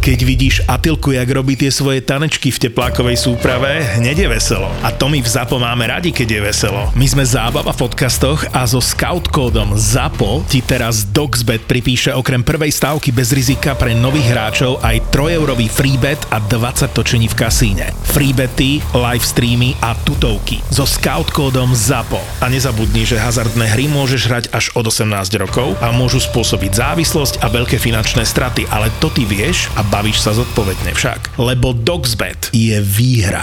Keď vidíš Atilku, jak robí tie svoje tanečky v teplákovej súprave, hneď je veselo. A to my v ZAPO máme radi, keď je veselo. My sme zábava v podcastoch a so scout kódom ZAPO ti teraz DOXBET pripíše okrem prvej stávky bez rizika pre nových hráčov aj 3-eurový freebet a 20 točení v kasíne. Freebety, live streamy a tutovky so scout kódom ZAPO. A nezabudni, že hazardné hry môžeš hrať až od 18 rokov a môžu spôsobiť závislosť a veľké finančné straty, ale to ty vieš a bavíš sa zodpovedne však. Lebo DOXBET je výhra.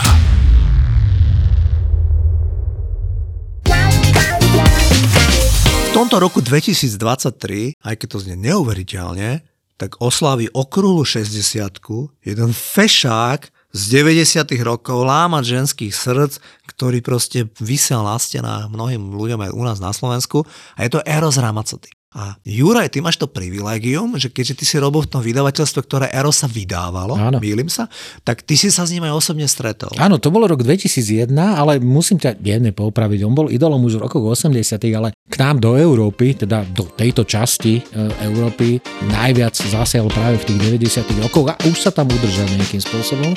V tomto roku 2023, aj keď to znie neuveriteľne, tak oslávi okrúhlu 60-ku jeden fešák z 90. rokov, lámať ženských srdc, ktorý proste visel na stenách mnohým ľuďom aj u nás na Slovensku, a je to Eros Ramazzotti. A Juraj, ty máš to privilégium, že keďže ty si robil v tom vydavateľstve, ktoré Eros sa vydávalo, mýlim sa, tak ty si sa s ním aj osobne stretol. Áno, to bolo rok 2001, ale musím ťa jemne poopraviť. On bol idolom už v rokoch 80., ale k nám do Európy, teda do tejto časti Európy, najviac zasiahol práve v tých 90. rokoch a už sa tam udržal nejakým spôsobom.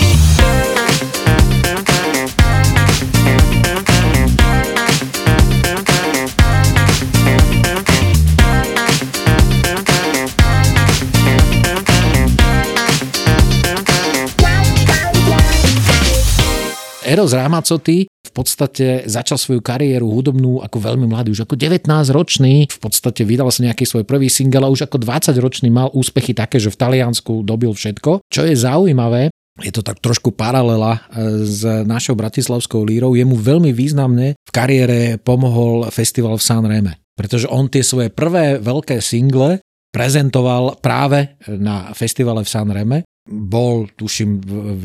Eros Ramazzotti v podstate začal svoju kariéru hudobnú ako veľmi mladý, už ako 19-ročný, v podstate vydal sa nejaký svoj prvý single a už ako 20-ročný mal úspechy také, že v Taliansku dobil všetko. Čo je zaujímavé, je to tak trošku paralela s našou bratislavskou lírou, jemu veľmi významne v kariére pomohol festival v Sanreme, pretože on tie svoje prvé veľké single prezentoval práve na festivale v Sanreme. Bol, tuším,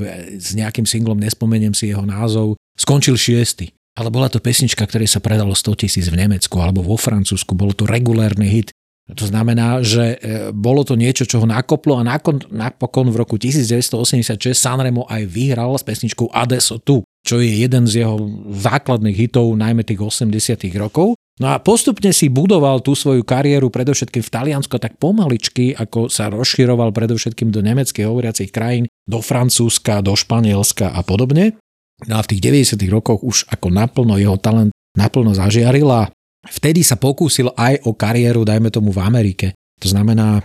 s nejakým singlom, nespomeniem si jeho názov, skončil 6. Ale bola to pesnička, ktorej sa predalo 100 000 v Nemecku alebo vo Francúzsku, bolo to regulérny hit. To znamená, že bolo to niečo, čo ho nakoplo a napokon v roku 1986 Sanremo aj vyhral s pesničkou Adesso tu, čo je jeden z jeho základných hitov, najmä tých 80. rokov. No a postupne si budoval tú svoju kariéru predovšetkým v Taliansku tak pomaličky, ako sa rozširoval predovšetkým do nemeckých hovoriacich krajín, do Francúzska, do Španielska a podobne. No a v tých 90. rokoch už ako naplno jeho talent naplno zažiaril a vtedy sa pokúsil aj o kariéru, dajme tomu v Amerike. To znamená,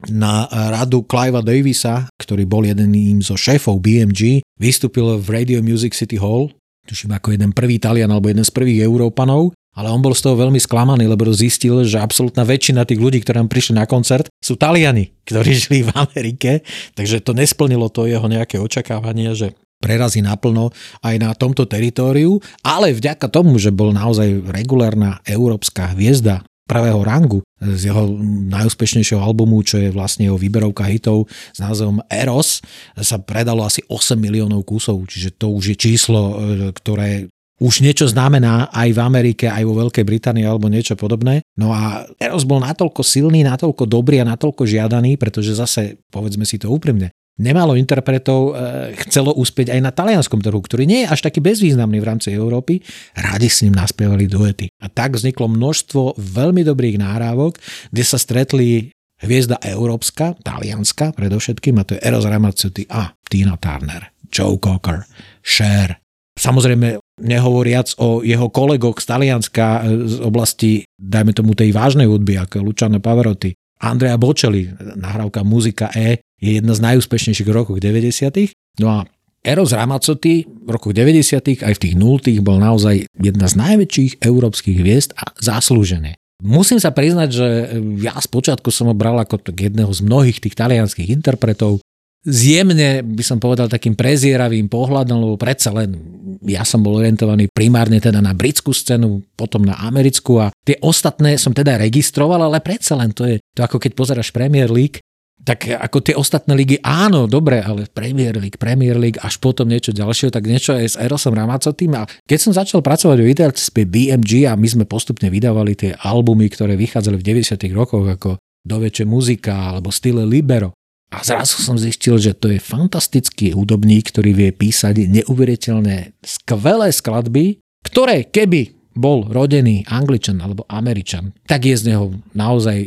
na radu Cliva Davisa, ktorý bol jedným zo šéfov BMG, vystúpil v Radio Music City Hall, tuším ako jeden prvý Talian alebo jeden z prvých Európanov, ale on bol z toho veľmi sklamaný, lebo zistil, že absolútna väčšina tých ľudí, ktorí nám prišli na koncert, sú Taliani, ktorí žili v Amerike, takže to nesplnilo to jeho nejaké očakávanie, že prerazí naplno aj na tomto teritóriu, ale vďaka tomu, že bol naozaj regulárna európska hviezda prvého rangu z jeho najúspešnejšieho albumu, čo je vlastne jeho výberovka hitov s názvom Eros, sa predalo asi 8 miliónov kusov, čiže to už je číslo, ktoré už niečo znamená aj v Amerike, aj vo Veľkej Británii alebo niečo podobné. No a Eros bol natoľko silný, natoľko dobrý a natoľko žiadaný, pretože zase, povedzme si to úprimne, nemalo interpretov chcelo uspieť aj na talianskom trhu, ktorý nie je až taký bezvýznamný v rámci Európy, rádi s ním naspievali duety. A tak vzniklo množstvo veľmi dobrých nahrávok, kde sa stretli hviezda európska, talianska predovšetkým, a to je Eros Ramazzotti a Tina Turner, Joe Cocker, Cher. Samozrejme, nehovoriac o jeho kolegoch z Talianska z oblasti, dajme tomu, tej vážnej hudby, ako Luciano Pavarotti. Andrea Bocelli, nahrávka Muzika E, je jedna z najúspešnejších v rokoch 90. No a Eros Ramazzotti v rokoch 90. aj v tých 0. bol naozaj jedna z najväčších európskych hviezd a zaslúžené. Musím sa priznať, že ja spočiatku som ho bral ako jedného z mnohých tých talianských interpretov, zjemne by som povedal takým prezieravým pohľadom, lebo predsa len ja som bol orientovaný primárne teda na britskú scénu, potom na americkú a tie ostatné som teda registroval, ale predsa len to je to ako keď pozeráš Premier League, tak ako tie ostatné ligy, áno, dobre, ale Premier League, až potom niečo ďalšie, tak niečo aj s Erosom Ramazzottim. A keď som začal pracovať v vydavateľstve BMG a my sme postupne vydávali tie albumy, ktoré vychádzali v 90. rokoch ako Doveče muzika alebo Stile Libero, a zrazu som zistil, že to je fantastický hudobník, ktorý vie písať neuveriteľné skvelé skladby, ktoré keby bol rodený Angličan alebo Američan, tak je z neho naozaj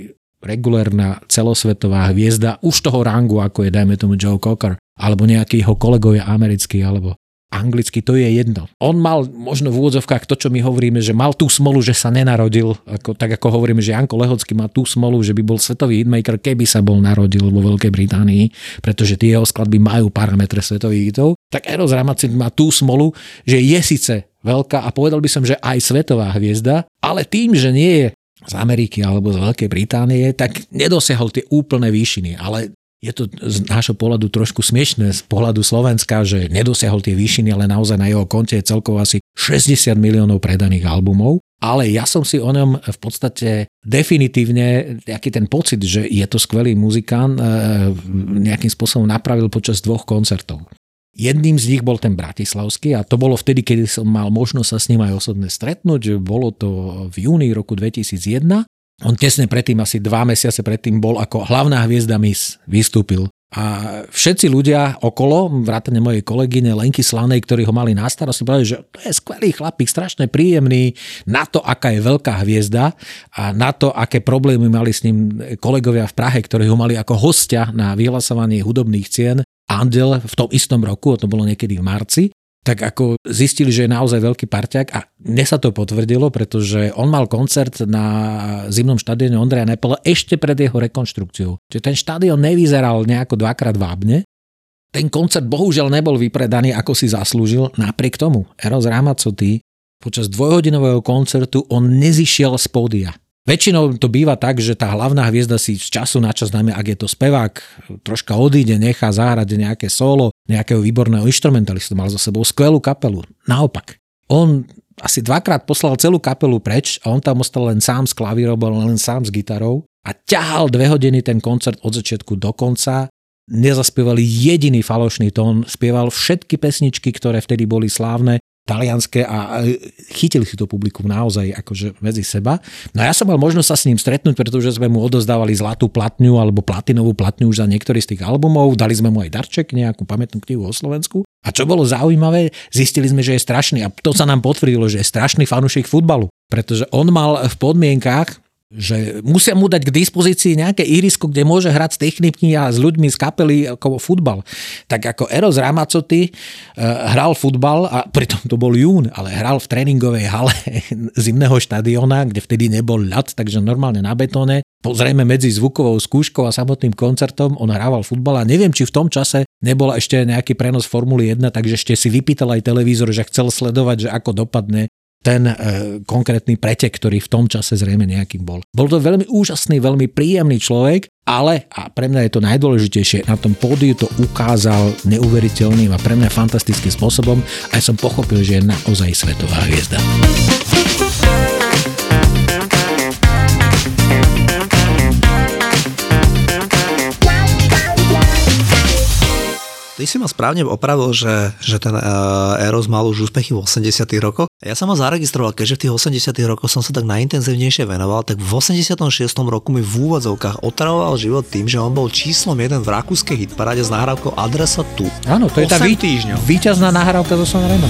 regulérna celosvetová hviezda už toho rangu, ako je dajme tomu Joe Cocker, alebo nejakí jeho kolegovia americkí, alebo anglicky, to je jedno. On mal možno v úvodzovkách to, čo my hovoríme, že mal tú smolu, že sa nenarodil, tak ako hovoríme, že Janko Lehocký má tú smolu, že by bol svetový hitmaker, keby sa bol narodil vo Veľkej Británii, pretože tie jeho skladby majú parametre svetových hitov. Tak Eros Ramazzotti má tú smolu, že je síce veľká a povedal by som, že aj svetová hviezda, ale tým, že nie je z Ameriky alebo z Veľkej Británie, tak nedosiahol tie úplné výšiny, ale je to z nášho pohľadu trošku smiešné, z pohľadu Slovenska, že nedosiahol tie výšiny, ale naozaj na jeho konte je celkovo asi 60 miliónov predaných albumov. Ale ja som si o ňom v podstate definitívne taký ten pocit, že je to skvelý muzikant, nejakým spôsobom napravil počas 2 koncertov. Jedným z nich bol ten bratislavský a to bolo vtedy, keď som mal možnosť sa s ním aj osobne stretnúť. Bolo to v júni roku 2001. On tesne predtým, asi 2 mesiace predtým bol ako hlavná hviezda Miss, vystúpil. A všetci ľudia okolo, vrátane mojej kolegyne Lenky Slanej, ktorí ho mali na starosti, povedali, že to je skvelý chlapík, strašne príjemný na to, aká je veľká hviezda a na to, aké problémy mali s ním kolegovia v Prahe, ktorí ho mali ako hostia na vyhlasovanie hudobných cien Andel v tom istom roku, to bolo niekedy v marci. Tak ako zistili, že je naozaj veľký parťák a mne sa to potvrdilo, pretože on mal koncert na zimnom štadióne Ondreja Nepela ešte pred jeho rekonštrukciou. Čiže ten štadión nevyzeral nejako 2-krát vábne. Ten koncert bohužiaľ nebol vypredaný, ako si zaslúžil. Napriek tomu Eros Ramazzotti počas 2-hodinového koncertu on nezišiel z pódia. Väčšinou to býva tak, že tá hlavná hviezda si z času na čas, najmä ak je to spevák, troška odíde, nechá zahrať nejaké solo, nejakého výborného inštrumentalistu, mal za sebou skvelú kapelu. Naopak, on asi 2-krát poslal celú kapelu preč a on tam ostal len sám s klavírom, len sám s gitarou a ťahal 2 hodiny ten koncert od začiatku do konca. Nezaspieval jediný falošný tón, spieval všetky pesničky, ktoré vtedy boli slávne, talianské a chytili si to publikum naozaj akože medzi seba. No ja som mal možnosť sa s ním stretnúť, pretože sme mu odozdávali zlatú platňu alebo platinovú platňu už za niektorý z tých albumov. Dali sme mu aj darček, nejakú pamätnú knihu o Slovensku. A čo bolo zaujímavé, zistili sme, že je strašný, a to sa nám potvrdilo, že je strašný fanúšik futbalu, pretože on mal v podmienkách, že musia mu dať k dispozícii nejaké ihrisko, kde môže hrať s technikmi a s ľuďmi z kapely ako futbal. Tak ako Eros Ramazzotti hral futbal, a pritom to bol jún, ale hral v tréningovej hale zimného štadióna, kde vtedy nebol ľad, takže normálne na betóne. Zrejme medzi zvukovou skúškou a samotným koncertom on hrával futbal a neviem, či v tom čase nebol ešte nejaký prenos Formuly 1, takže ešte si vypýtal aj televízor, že chcel sledovať, že ako dopadne ten konkrétny pretek, ktorý v tom čase zrejme nejakým bol. Bol to veľmi úžasný, veľmi príjemný človek, ale, a pre mňa je to najdôležitejšie, na tom pódiu to ukázal neuveriteľným a pre mňa fantastickým spôsobom a ja som pochopil, že je naozaj svetová hviezda. Ty si ma správne opravil, že ten Eros mal už úspechy v 80 rokoch. Ja som ho zaregistroval, keďže v tých 80 rokoch som sa tak najintenzívnejšie venoval, tak v 86 roku mi v úvodzovkách otravoval život tým, že on bol číslom 1 v rakúskej hitparáde s nahrávkou Adresa tu. Áno, to je tá víťazná nahrávka zo Sanrema.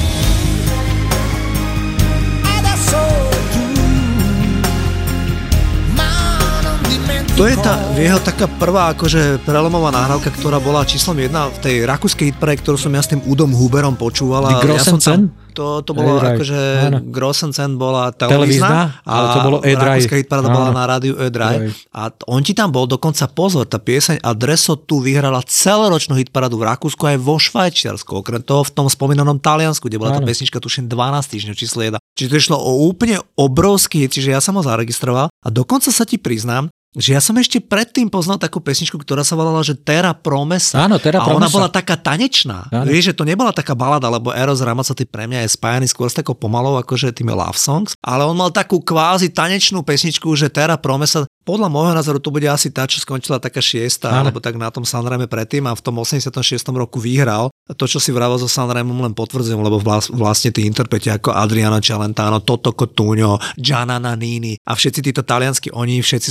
To je tá jeho taká prvá akože prelomová nahrávka, ktorá bola číslom 1 v tej rakúskej hitparáde, ktorú som ja s tým Udom Huberom počúval. Ja som tam, to bolo akože Grossencen bola televízna, ale to bolo E-Drive. Rakúska hitparáda bola na rádiu E-Drive. A on ti tam bol dokonca, pozor, tá pieseň Adreso tu vyhrala celoročnú hitparádu v Rakúsku aj vo Švajčiarsku. Okrem toho v tom spomínanom Taliansku, kde bola tá pesnička tuším 12 týždňov číslo 1. Čiže to išlo o úplne obrovský, čiže ja som ho zaregistroval a dokonca sa ti priznám, že ja som ešte predtým poznal takú pesničku, ktorá sa volala, že Terra Promesa. Áno, Terra Promesa. A ona bola taká tanečná. Áno. Vieš, že to nebola taká balada, lebo Eros Ramazzotti pre mňa je spájaný skôr s takou pomalou, akože tými love songs, ale on mal takú kvázi tanečnú pesničku, že Terra Promesa. Podľa môjho názoru to bude asi tá, čo skončila taká 6, alebo tak na tom Sanreme predtým a v tom 86. roku vyhral. To, čo si vravel so Sanremom, len potvrdzujem, lebo vlastne tí interpreti ako Adriano Celentano, Toto Cotugno, Gianna Nannini a všetci títo talianskí, oni všetci sú spájani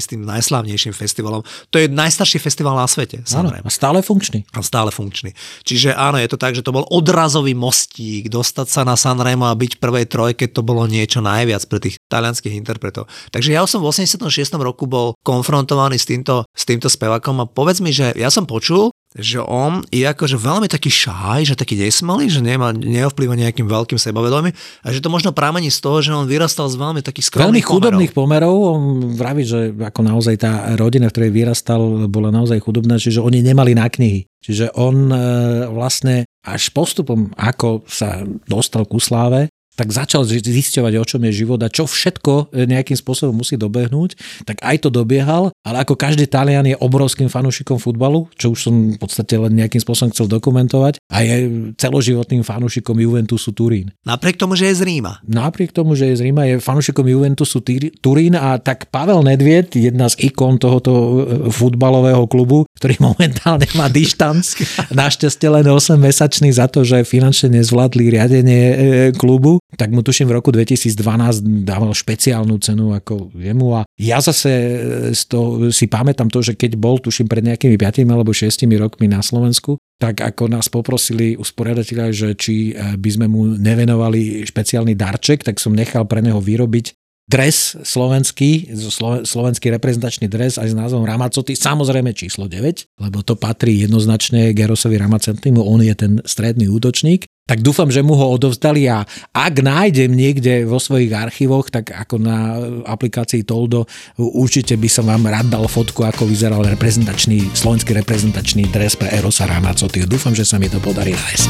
s tým najslávnejším festivalom. To je najstarší festival na svete, samozrejme. Áno, a stále funkčný. Čiže áno, je to tak, že to bol odrazový mostík, dostať sa na Sanremo a byť v prvej trojke, to bolo niečo najviac pre tých talianských interpretov. Takže ja som v 86. roku bol konfrontovaný s týmto spevákom a povedz mi, že ja som počul, že on je akože veľmi taký šaj, že taký nesmelý, že neovplyva nejakým veľkým sebavedomím a že to možno pramení z toho, že on vyrastal z veľmi takých skromných chudobných pomerov. On vraví, že ako naozaj tá rodina, v ktorej vyrastal, bola naozaj chudobná, čiže oni nemali na knihy. Čiže on vlastne až postupom, ako sa dostal ku sláve, tak začal zisťovať, o čom je život a čo všetko nejakým spôsobom musí dobehnúť, tak aj to dobiehal, ale ako každý Talian je obrovským fanúšikom futbalu, čo už som v podstate len nejakým spôsobom chcel dokumentovať, a je celoživotným fanúšikom Juventusu Turín. Napriek tomu, že je z Ríma. Je fanúšikom Juventusu Turín a tak Pavel Nedvied, jedna z ikon tohoto futbalového klubu, ktorý momentálne má dištanc, našťastie len 8-mesačný za to, že finančne nezvládli riadenie klubu, tak mu tuším v roku 2012 dával špeciálnu cenu ako jemu a ja zase si pamätám to, že keď bol tuším pred nejakými 5 alebo 6 rokmi na Slovensku, tak ako nás poprosili usporiadatelia, že či by sme mu nevenovali špeciálny darček, tak som nechal pre neho vyrobiť dres slovenský reprezentačný dres aj s názvom Ramazzotti, samozrejme číslo 9, lebo to patrí jednoznačne Gerosovi Ramazzottimu, on je ten stredný útočník. Tak dúfam, že mu ho odovzdali a ak nájdem niekde vo svojich archívoch, tak ako na aplikácii Toldo, určite by som vám rád dal fotku, ako vyzeral slovenský reprezentačný dres pre Erosa Ramazzottiho. Dúfam, že sa mi to podarí nájsť.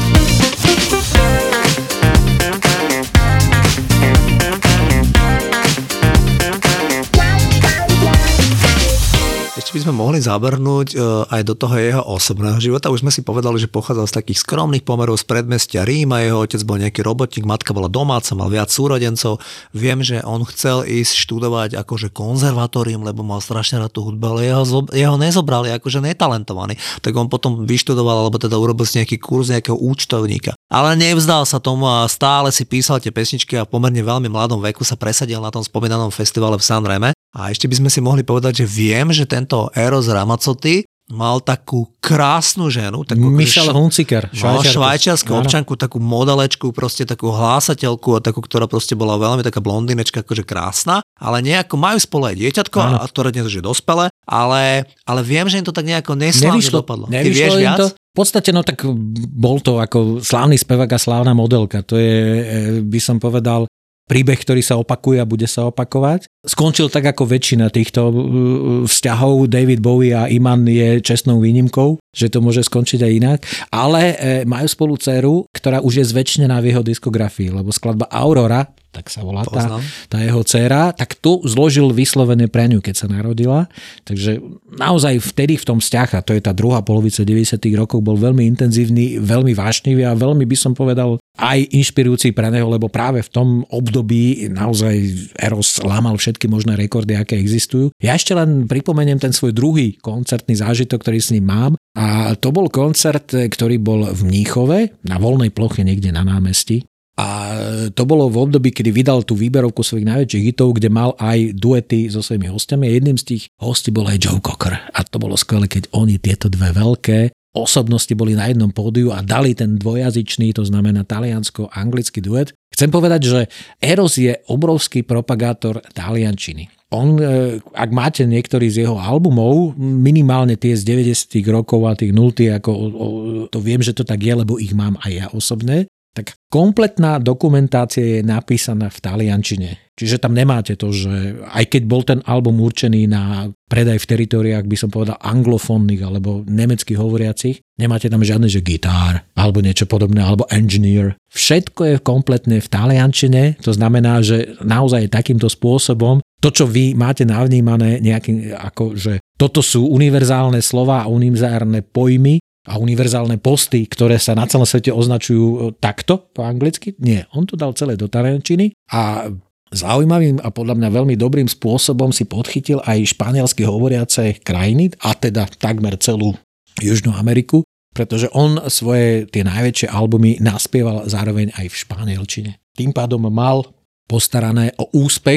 Ešte by sme mohli zabrnúť aj do toho jeho osobného života. Už sme si povedali, že pochádzal z takých skromných pomerov z predmestia Ríma. Jeho otec bol nejaký robotník, matka bola domáca, mal viac súrodencov. Viem, že on chcel ísť študovať akože konzervatórium, lebo mal strašne rád tú hudbu, ale jeho nezobrali akože netalentovaný. Tak on potom vyštudoval, alebo teda urobil si nejaký kurz nejakého účtovníka. Ale nevzdal sa tomu a stále si písal tie pesničky a v pomerne veľmi mladom veku sa presadil na tom spomínanom festivale v Sanreme. A ešte by sme si mohli povedať, že viem, že tento Eros Ramazzotti mal takú krásnu ženu, takú Michelle Hunziker, švajčiarsku občanku, takú modelečku, proste takú hlásateľku a takú, ktorá proste bola veľmi taká blondinečka, akože krásna, ale nejako majú spolu aj dieťatko, a ktoré dnes už je dospelé, ale viem, že im to tak nejako neslávne dopadlo. Ty vieš viac? To? V podstate, tak bol to ako slávny spevák a slávna modelka. To je, by som povedal, príbeh, ktorý sa opakuje a bude sa opakovať. Skončil tak ako väčšina týchto vzťahov. David Bowie a Iman je čestnou výnimkou, že to môže skončiť aj inak. Ale majú spolu dceru, ktorá už je zväčšená v jeho diskografii, lebo skladba Aurora, tak sa volá tá jeho dcéra, tak tu zložil vyslovene pre ňu, keď sa narodila. Takže naozaj vtedy v tom vzťah, a to je tá druhá polovica 90. rokov, bol veľmi intenzívny, veľmi vášnivý a veľmi by som povedal aj inšpirujúci pre neho, lebo práve v tom období naozaj Eros lámal všetky možné rekordy, aké existujú. Ja ešte len pripomeniem ten svoj druhý koncertný zážitok, ktorý s ním mám. A to bol koncert, ktorý bol v Mníchove, na voľnej ploche niekde na námestí. A to bolo v období, kedy vydal tú výberovku svojich najväčších hitov, kde mal aj duety so svojimi hostiami. A jedným z tých hostí bol aj Joe Cocker. A to bolo skvelé, keď oni tieto dve veľké osobnosti boli na jednom pódiu a dali ten dvojazyčný, to znamená taliansko-anglický duet. Chcem povedať, že Eros je obrovský propagátor taliančiny. On, ak máte niektorý z jeho albumov, minimálne tie z 90. rokov a tých 0, ako to viem, že to tak je, lebo ich mám aj ja osobne, tak kompletná dokumentácia je napísaná v taliančine. Čiže tam nemáte to, že aj keď bol ten album určený na predaj v teritóriách, by som povedal anglofónnych alebo nemecky hovoriacich, nemáte tam žiadne, že gitár alebo niečo podobné, alebo engineer. Všetko je kompletne v taliančine, to znamená, že naozaj takýmto spôsobom to, čo vy máte navnímané nejakým, ako že toto sú univerzálne slova a univerzálne pojmy, a univerzálne posty, ktoré sa na celom svete označujú takto po anglicky. Nie, on to dal celé do taliančiny a zaujímavým a podľa mňa veľmi dobrým spôsobom si podchytil aj španielsky hovoriace krajiny, a teda takmer celú Južnú Ameriku, pretože on svoje tie najväčšie albumy naspieval zároveň aj v španielčine. Tým pádom mal postarané o úspech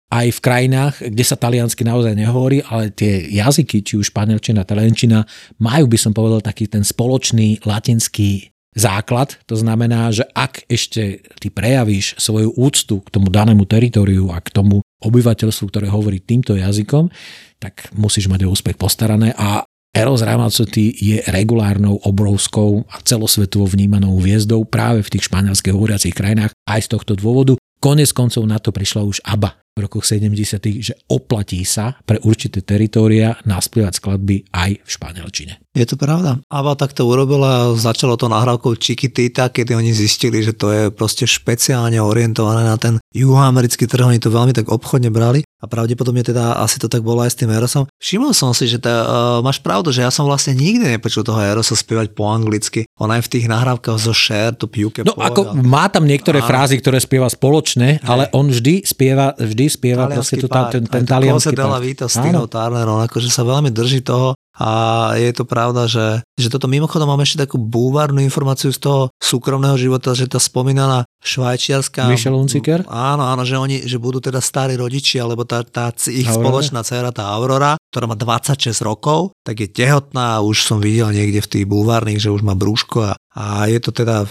aj v krajinách, kde sa taliansky naozaj nehovorí, ale tie jazyky, či už španielčina, taliančina, majú, by som povedal, taký ten spoločný latinský základ. To znamená, že ak ešte ty prejavíš svoju úctu k tomu danému teritoriu a k tomu obyvateľstvu, ktoré hovorí týmto jazykom, tak musíš mať o úspech postarané a Eros Ramazzotti je regulárnou, obrovskou a celosvetovo vnímanou hviezdou práve v tých španielských hovoriacich krajinách aj z tohto dôvodu. Konec koncov na to prišla už ABBA v rokoch 70., že oplatí sa pre určité teritória naspievať skladby aj v španielčine. Je to pravda. ABBA takto urobila, začalo to nahrávkou Chiquitita, kedy oni zistili, že to je proste špeciálne orientované na ten juhoamerický trh, oni to veľmi tak obchodne brali a pravdepodobne teda asi to tak bolo aj s tým Erosom. Všimol som si, že máš pravdu, že ja som vlastne nikdy nepočul toho Erosa spievať po anglicky. On aj v tých nahrávkach zo Cher, to pivke. No ako má tam niektoré frázy, ktoré spieva spoločne, ale on vždy spieva proste ten taliansky part. Della Vita s Tinou Turnerom, akože sa veľmi drží toho. A je to pravda, že toto mimochodom mám ešte takú búvarnú informáciu z toho súkromného života, že tá spomínaná švajčiarska... Michelle Hunziker? Áno, že budú teda starí rodičia, lebo tá ich spoločná dcéra, tá Aurora, ktorá má 26 rokov, tak je tehotná a už som videl niekde v tých búvarných, že už má brúško a je to teda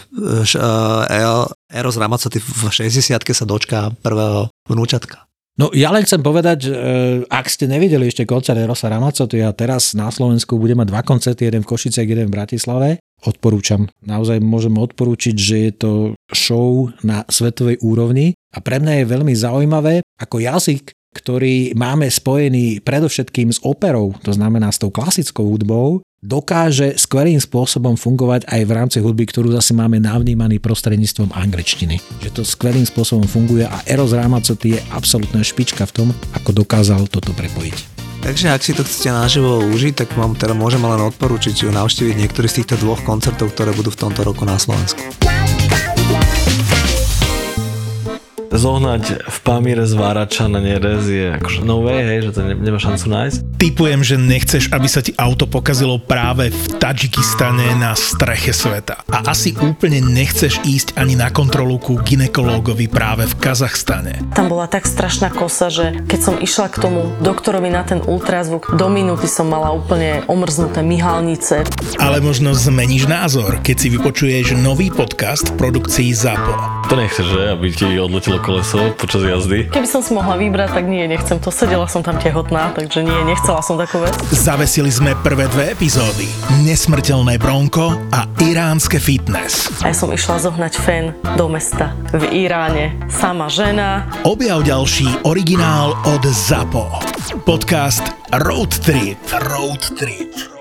Eros Ramazzotti v 60-ke sa dočká prvého vnúčatka. No ja len chcem povedať, že ak ste nevideli ešte koncert Erosa Ramazzotti a teraz na Slovensku bude mať 2 koncerty, jeden v Košiciach, jeden v Bratislave, odporúčam. Naozaj môžeme odporúčiť, že je to show na svetovej úrovni a pre mňa je veľmi zaujímavé, ako jazyk, ktorý máme spojený predovšetkým s operou, to znamená s tou klasickou hudbou, dokáže skvelým spôsobom fungovať aj v rámci hudby, ktorú zase máme navnímaný prostredníctvom angličtiny. Že to skvelým spôsobom funguje a Eros Ramazzotti je absolútna špička v tom, ako dokázal toto prepojiť. Takže ak si to chcete naživo užiť, tak vám teda môžem len odporúčiť navštíviť niektorý z týchto 2 koncertov, ktoré budú v tomto roku na Slovensku. Zohnať v Pamíre z Várača na Nerez je akože no way, hej, že to nemá šancu nájsť. Tipujem, že nechceš, aby sa ti auto pokazilo práve v Tadžikistane na streche sveta. A asi úplne nechceš ísť ani na kontrolu ku gynekológovi práve v Kazachstane. Tam bola tak strašná kosa, že keď som išla k tomu doktorovi na ten ultrazvuk, do minúty som mala úplne omrznuté myhalnice. Ale možno zmeníš názor, keď si vypočuješ nový podcast v produkcii ZAPO. To nechceš, že? Aby ti odletelo koleso počas jazdy? Keby som si mohla vybrať, tak nie, nechcem to. Sedela som tam tehotná, takže nie, nechcela som takú vec. Zavesili sme prvé 2 epizódy. Nesmrteľné bronko a iránske fitness. A ja som išla zohnať fen do mesta v Iráne. Sama žena. Objav ďalší originál od ZAPO. Podcast Road Trip.